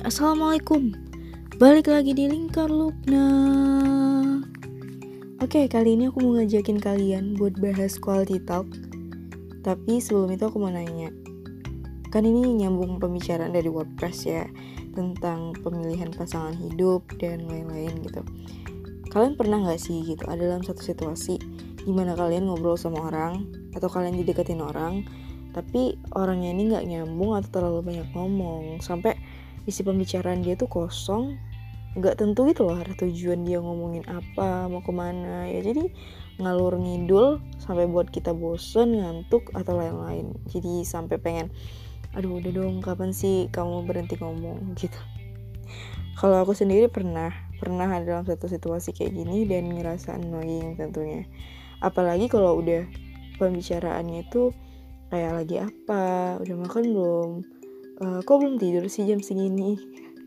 Assalamualaikum. Balik lagi di Lingkar Lupna. Oke, kali ini aku mau ngajakin kalian buat bahas quality talk. Tapi sebelum itu aku mau nanya. Kan ini nyambung pembicaraan dari WordPress ya, tentang pemilihan pasangan hidup dan lain-lain gitu. Kalian pernah gak sih gitu ada dalam satu situasi dimana kalian ngobrol sama orang atau kalian dideketin orang, tapi orangnya ini gak nyambung atau terlalu banyak ngomong, sampai isi pembicaraan dia tuh kosong, gak tentu gitu loh arah tujuan dia ngomongin apa, mau kemana ya, jadi ngalur ngidul sampai buat kita bosen, ngantuk atau lain-lain. Jadi sampai pengen, aduh udah dong, kapan sih kamu berhenti ngomong gitu. Kalau aku sendiri pernah ada dalam satu situasi kayak gini dan ngerasa annoying tentunya. Apalagi kalau udah pembicaraannya itu kayak lagi apa, udah makan belum, kok belum tidur sih jam segini.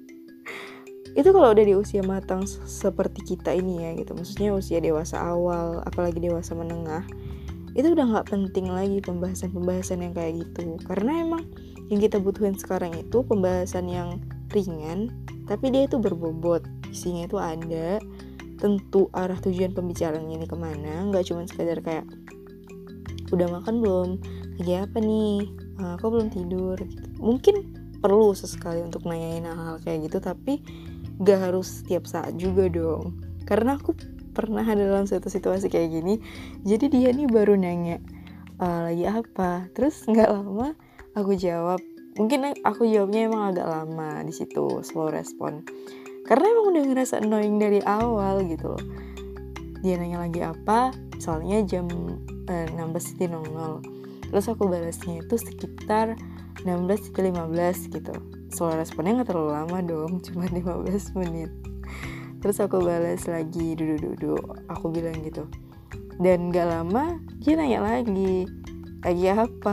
Itu kalau udah di usia matang seperti kita ini ya gitu, maksudnya usia dewasa awal, apalagi dewasa menengah, itu udah gak penting lagi pembahasan yang kayak gitu. Karena emang yang kita butuhin sekarang itu pembahasan yang ringan, tapi dia itu berbobot, isinya itu ada, tentu arah tujuan pembicaraannya ini kemana, gak cuma sekadar kayak udah makan belum, lagi apa nih, kok belum tidur gitu. Mungkin perlu sesekali untuk nanyain hal-hal kayak gitu, tapi gak harus setiap saat juga dong. Karena aku pernah ada dalam suatu situasi kayak gini. Jadi dia nih baru nanya, lagi apa, terus gak lama aku jawab. Mungkin aku jawabnya emang agak lama di situ, slow respon, karena emang udah ngerasa annoying dari awal gitu loh. Dia nanya lagi apa, soalnya jam 16.00, terus aku balasnya itu sekitar 16.15 gitu. Slow responnya gak terlalu lama dong, cuma 15 menit. Terus aku balas lagi, duduk, aku bilang gitu. Dan gak lama dia nanya lagi apa.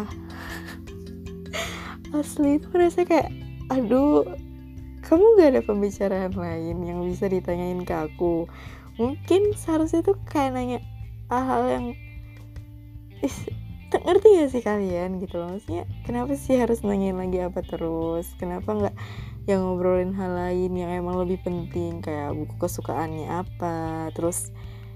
Asli itu merasa kayak, aduh, kamu gak ada pembicaraan lain yang bisa ditanyain ke aku? Mungkin seharusnya tuh kayak nanya hal-hal yang ngerti gak sih kalian gitu loh. Maksudnya kenapa sih harus nanyain lagi apa terus? Kenapa gak yang ngobrolin hal lain yang emang lebih penting, kayak buku kesukaannya apa, terus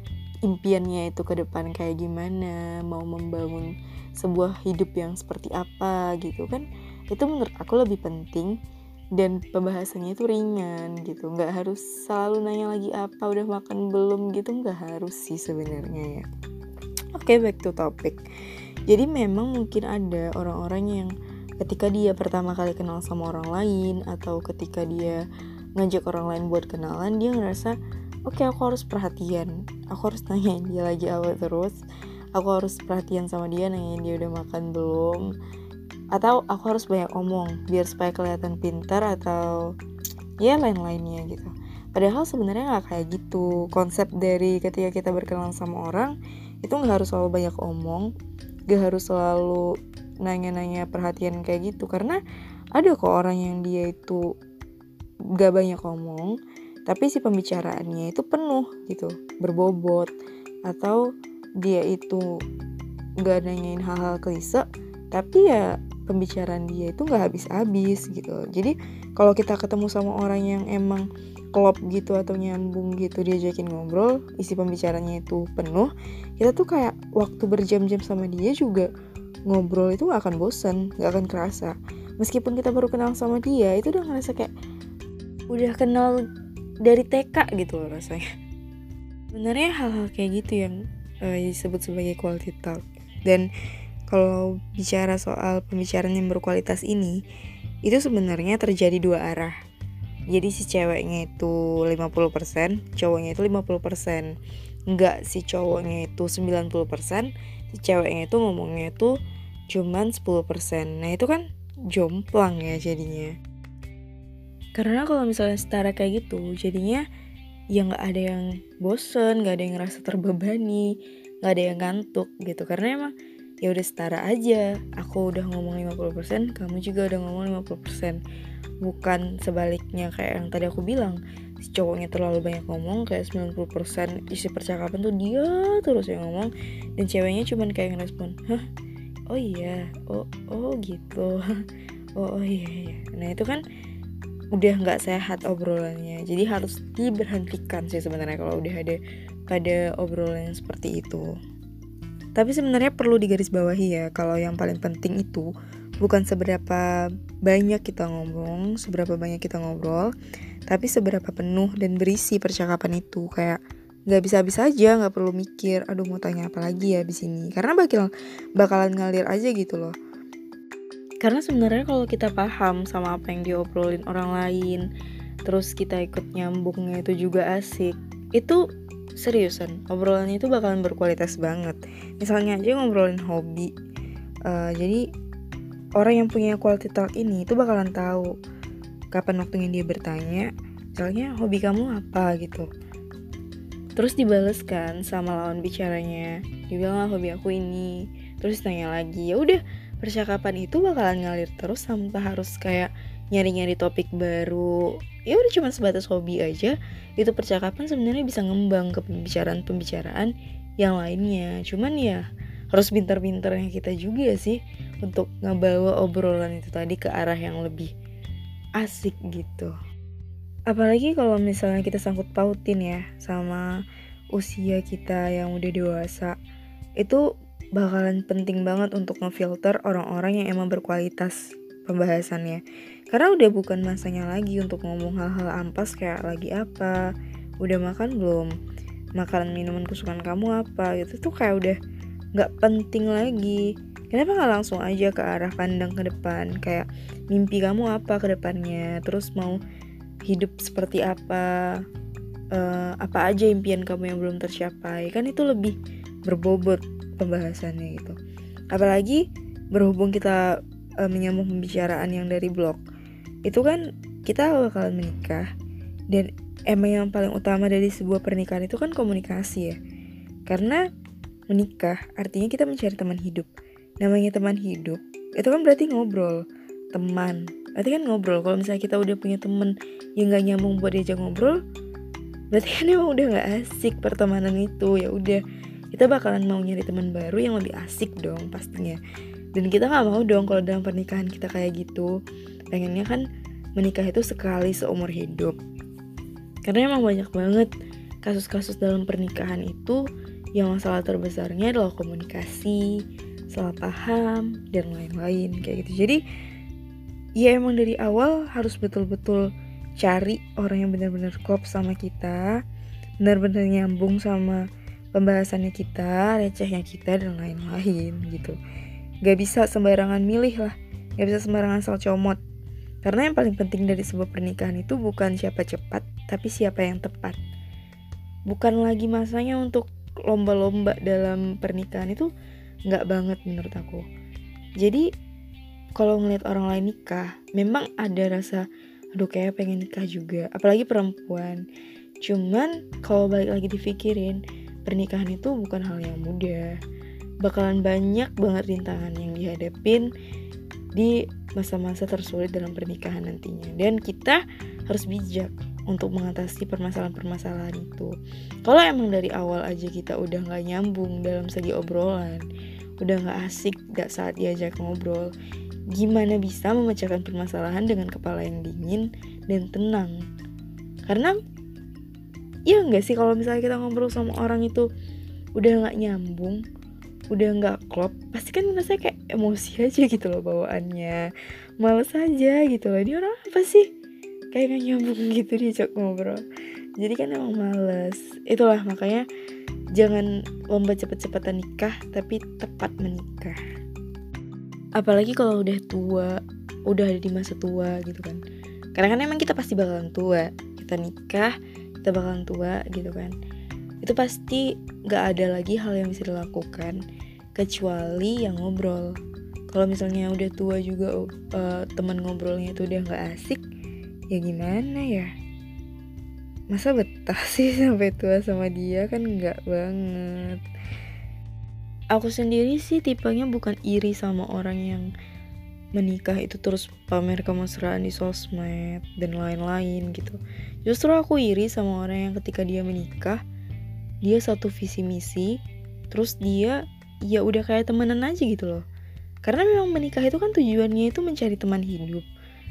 impiannya itu ke depan kayak gimana, mau membangun sebuah hidup yang seperti apa gitu kan. Itu menurut aku lebih penting, dan pembahasannya itu ringan gitu, nggak harus selalu nanya lagi apa, udah makan belum gitu, nggak harus sih sebenarnya ya. Oke, back to topic. Jadi memang mungkin ada orang-orang yang ketika dia pertama kali kenal sama orang lain, atau ketika dia ngajak orang lain buat kenalan, dia ngerasa oke, aku harus perhatian, aku harus nanyain dia lagi apa terus, aku harus perhatian sama dia, nanyain dia udah makan belum, atau aku harus banyak omong biar supaya kelihatan pintar atau ya lain-lainnya gitu. Padahal sebenarnya gak kayak gitu. Konsep dari ketika kita berkenalan sama orang itu gak harus selalu banyak omong, gak harus selalu nanya-nanya perhatian kayak gitu. Karena ada kok orang yang dia itu gak banyak omong, tapi si pembicaraannya itu penuh gitu, berbobot. Atau dia itu gak nanyain hal-hal klise, tapi ya pembicaraan dia itu gak habis-habis gitu. Jadi kalau kita ketemu sama orang yang emang klop gitu atau nyambung gitu, diajakin ngobrol, isi pembicaranya itu penuh, kita tuh kayak waktu berjam-jam sama dia juga ngobrol itu gak akan bosan, gak akan kerasa. Meskipun kita baru kenal sama dia, itu udah ngerasa kayak udah kenal dari TK gitu loh rasanya. Sebenarnya hal-hal kayak gitu yang disebut sebagai quality talk. Dan kalau bicara soal pembicaraan yang berkualitas ini, itu sebenarnya terjadi dua arah. Jadi si ceweknya itu 50%, cowoknya itu 50%. Enggak, si cowoknya itu 90%, si ceweknya itu ngomongnya itu cuman 10%. Nah itu kan jomplang ya jadinya. Karena kalau misalnya setara kayak gitu, jadinya ya gak ada yang bosen, gak ada yang ngerasa terbebani, gak ada yang ngantuk gitu. Karena emang ya udah setara aja, aku udah ngomong 50%, kamu juga udah ngomong 50%. Bukan sebaliknya kayak yang tadi aku bilang, si cowoknya terlalu banyak ngomong, kayak 90% isi percakapan tuh dia terus yang ngomong, dan ceweknya cuman kayak ngerespon, hah, oh iya, oh gitu, oh iya. Nah itu kan udah nggak sehat obrolannya. Jadi harus diberhentikan sih sebenarnya kalau udah ada pada obrolan yang seperti itu. Tapi sebenarnya perlu digarisbawahi ya, kalau yang paling penting itu bukan seberapa banyak kita ngomong, seberapa banyak kita ngobrol, tapi seberapa penuh dan berisi percakapan itu. Kayak nggak bisa habis aja, nggak perlu mikir, aduh mau tanya apa lagi ya di sini, karena bakalan ngalir aja gitu loh. Karena sebenarnya kalau kita paham sama apa yang diobrolin orang lain, terus kita ikut nyambungnya itu juga asik, itu seriusan obrolannya itu bakalan berkualitas banget. Misalnya aja ngobrolin hobi, jadi orang yang punya quality talk ini itu bakalan tahu kapan waktunya dia bertanya, misalnya hobi kamu apa gitu, terus dibaleskan sama lawan bicaranya, dia bilang hobi aku ini, terus tanya lagi, ya udah percakapan itu bakalan ngalir terus tanpa harus kayak nyari-nyari topik baru. Ya udah cuma sebatas hobi aja, itu percakapan sebenarnya bisa ngembang ke pembicaraan yang lainnya. Cuman ya harus pintar-pintarnya kita juga sih untuk ngebawa obrolan itu tadi ke arah yang lebih asik gitu. Apalagi kalau misalnya kita sangkut pautin ya sama usia kita yang udah dewasa, itu bakalan penting banget untuk ngefilter orang-orang yang emang berkualitas pembahasannya. Karena udah bukan masanya lagi untuk ngomong hal-hal ampas kayak lagi apa, udah makan belum, makanan minuman kesukaan kamu apa gitu, tuh kayak udah gak penting lagi. Kenapa gak langsung aja ke arah pandang ke depan, kayak mimpi kamu apa ke depannya, terus mau hidup seperti apa aja impian kamu yang belum tercapai, kan itu lebih berbobot pembahasannya gitu. Apalagi berhubung kita menyambung pembicaraan yang dari blog, itu kan kita bakalan menikah, dan emang yang paling utama dari sebuah pernikahan itu kan komunikasi ya. Karena menikah artinya kita mencari teman hidup. Namanya teman hidup itu kan berarti ngobrol. Teman berarti kan ngobrol. Kalau misalnya kita udah punya temen yang gak nyambung buat diajak ngobrol, berarti kan emang udah gak asik pertemanan itu. Ya udah, kita bakalan mau nyari teman baru yang lebih asik dong pastinya. Dan kita gak mau dong kalau dalam pernikahan kita kayak gitu. Pengennya kan menikah itu sekali seumur hidup. Karena emang banyak banget kasus-kasus dalam pernikahan itu yang masalah terbesarnya adalah komunikasi, salah paham, dan lain-lain kayak gitu. Jadi ya emang dari awal harus betul-betul cari orang yang benar-benar klop sama kita, benar-benar nyambung sama pembahasannya kita, recehnya kita, dan lain-lain gitu. Gak bisa sembarangan milih lah, gak bisa sembarangan asal comot. Karena yang paling penting dari sebuah pernikahan itu bukan siapa cepat, tapi siapa yang tepat. Bukan lagi masanya untuk lomba-lomba dalam pernikahan, itu gak banget menurut aku. Jadi kalau ngeliat orang lain nikah, memang ada rasa aduh kayak pengen nikah juga, apalagi perempuan. Cuman kalau balik lagi dipikirin, pernikahan itu bukan hal yang mudah. Bakalan banyak banget rintangan yang dihadapin di masa-masa tersulit dalam pernikahan nantinya. Dan kita harus bijak untuk mengatasi permasalahan-permasalahan itu. Kalau emang dari awal aja kita udah gak nyambung dalam segi obrolan, udah gak asik gak saat diajak ngobrol, gimana bisa memecahkan permasalahan dengan kepala yang dingin dan tenang? Karena ya gak sih, kalau misalnya kita ngobrol sama orang itu udah gak nyambung, udah gak klop, pasti kan rasanya kayak emosi aja gitu loh bawaannya, males aja gitu loh, ini orang apa sih, kayak gak nyambung gitu diajak ngobrol. Jadi kan emang males. Itulah makanya jangan lomba cepet-cepetan nikah, tapi tepat menikah. Apalagi kalau udah tua, udah ada di masa tua gitu kan. Karena kan emang kita pasti bakalan tua, kita nikah, kita bakalan tua gitu kan. Itu pasti gak ada lagi hal yang bisa dilakukan kecuali yang ngobrol. Kalau misalnya udah tua juga teman ngobrolnya itu udah gak asik, ya gimana ya? Masa betah sih sampai tua sama dia? Kan gak banget. Aku sendiri sih tipenya bukan iri sama orang yang menikah itu terus pamer kemesraan di sosmed dan lain-lain gitu. Justru aku iri sama orang yang ketika dia menikah, dia satu visi misi, terus dia ya udah kayak temenan aja gitu loh. Karena memang menikah itu kan tujuannya itu mencari teman hidup.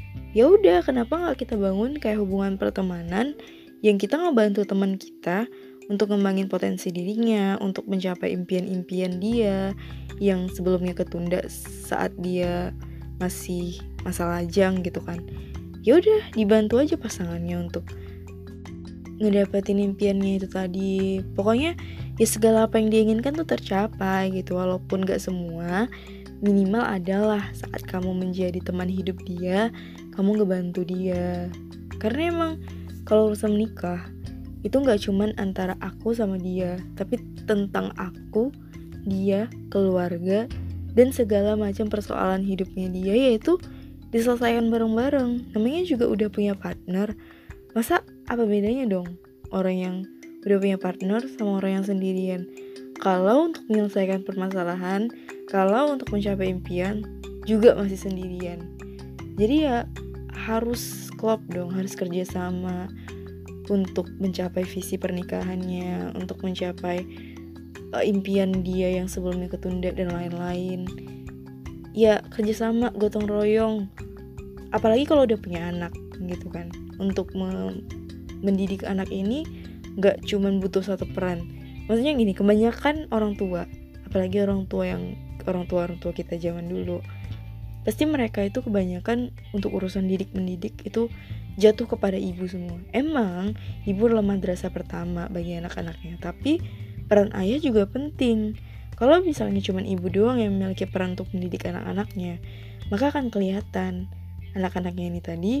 Ya udah, kenapa nggak kita bangun kayak hubungan pertemanan yang kita ngebantu teman kita untuk ngembangin potensi dirinya, untuk mencapai impian-impian dia yang sebelumnya ketunda saat dia masih masa lajang gitu kan. Ya udah, dibantu aja pasangannya untuk ngedapetin impiannya itu tadi. Pokoknya ya segala apa yang diinginkan tuh tercapai gitu, walaupun gak semua, minimal adalah saat kamu menjadi teman hidup dia, kamu ngebantu dia. Karena emang kalau urusan menikah itu gak cuman antara aku sama dia, tapi tentang aku, dia, keluarga, dan segala macam persoalan hidupnya dia, yaitu diselesaikan bareng-bareng. Namanya juga udah punya partner, masa apa bedanya dong orang yang udah punya partner sama orang yang sendirian? Kalau untuk menyelesaikan permasalahan, kalau untuk mencapai impian, juga masih sendirian. Jadi ya harus klop dong, harus kerja sama untuk mencapai visi pernikahannya, untuk mencapai impian dia yang sebelumnya ketunda dan lain-lain. Ya kerjasama, gotong royong. Apalagi kalau udah punya anak gitu kan. Untuk mendidik anak ini gak cuman butuh satu peran. Maksudnya gini, kebanyakan orang tua, apalagi orang tua kita zaman dulu, pasti mereka itu kebanyakan untuk urusan mendidik itu jatuh kepada ibu semua. Emang ibu adalah madrasah pertama bagi anak-anaknya, tapi peran ayah juga penting. Kalau misalnya cuman ibu doang yang memiliki peran untuk mendidik anak-anaknya, maka akan kelihatan anak-anaknya ini tadi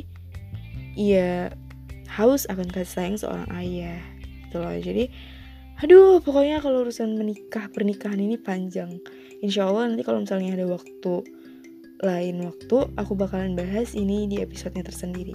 ya haus akan kasih sayang seorang ayah gitu loh. Jadi pokoknya kalau urusan pernikahan ini panjang. Insya Allah nanti kalau misalnya ada lain waktu aku bakalan bahas ini di episodenya tersendiri.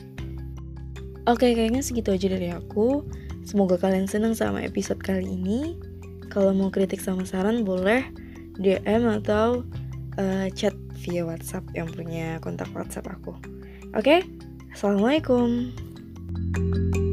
Oke, kayaknya segitu aja dari aku. Semoga kalian senang sama episode kali ini. Kalau mau kritik sama saran boleh DM atau chat via WhatsApp yang punya kontak WhatsApp aku. Oke? Assalamualaikum.